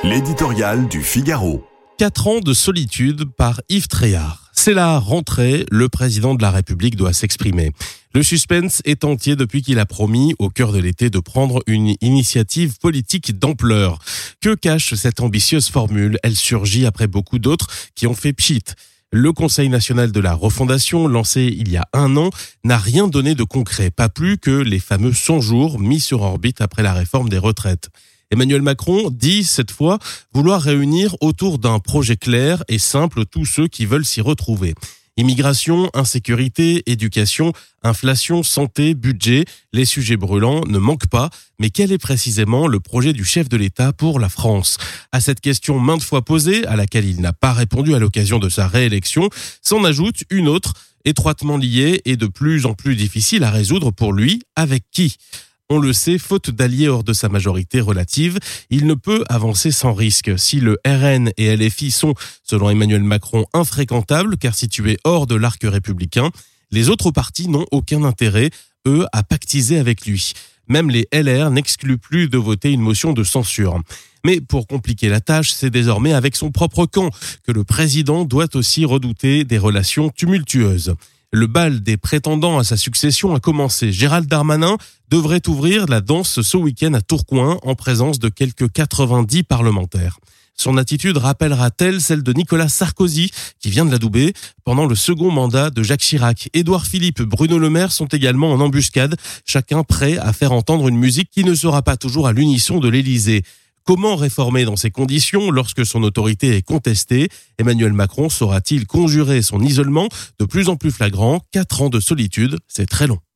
L'éditorial du Figaro. 4 ans de solitude par Yves Tréhard. C'est la rentrée, le président de la République doit s'exprimer. Le suspense est entier depuis qu'il a promis, au cœur de l'été, de prendre une initiative politique d'ampleur. Que cache cette ambitieuse formule ? Elle surgit après beaucoup d'autres qui ont fait pchit. Le Conseil national de la refondation, lancé il y a 1 an, n'a rien donné de concret, pas plus que les fameux 100 jours mis sur orbite après la réforme des retraites. Emmanuel Macron dit cette fois vouloir réunir autour d'un projet clair et simple tous ceux qui veulent s'y retrouver. Immigration, insécurité, éducation, inflation, santé, budget, les sujets brûlants ne manquent pas. Mais quel est précisément le projet du chef de l'État pour la France ? À cette question maintes fois posée, à laquelle il n'a pas répondu à l'occasion de sa réélection, s'en ajoute une autre, étroitement liée et de plus en plus difficile à résoudre pour lui. Avec qui ? On le sait, faute d'alliés hors de sa majorité relative, il ne peut avancer sans risque. Si le RN et LFI sont, selon Emmanuel Macron, infréquentables car situés hors de l'arc républicain, les autres partis n'ont aucun intérêt, eux, à pactiser avec lui. Même les LR n'excluent plus de voter une motion de censure. Mais pour compliquer la tâche, c'est désormais avec son propre camp que le président doit aussi redouter des relations tumultueuses. Le bal des prétendants à sa succession a commencé. Gérald Darmanin devrait ouvrir la danse ce week-end à Tourcoing en présence de quelques 90 parlementaires. Son attitude rappellera-t-elle celle de Nicolas Sarkozy, qui vient de l'adouber pendant le second mandat de Jacques Chirac ? Édouard Philippe, Bruno Le Maire sont également en embuscade, chacun prêt à faire entendre une musique qui ne sera pas toujours à l'unisson de l'Élysée. Comment réformer dans ces conditions lorsque son autorité est contestée ? Emmanuel Macron saura-t-il conjurer son isolement de plus en plus flagrant ? 4 ans de solitude, c'est très long.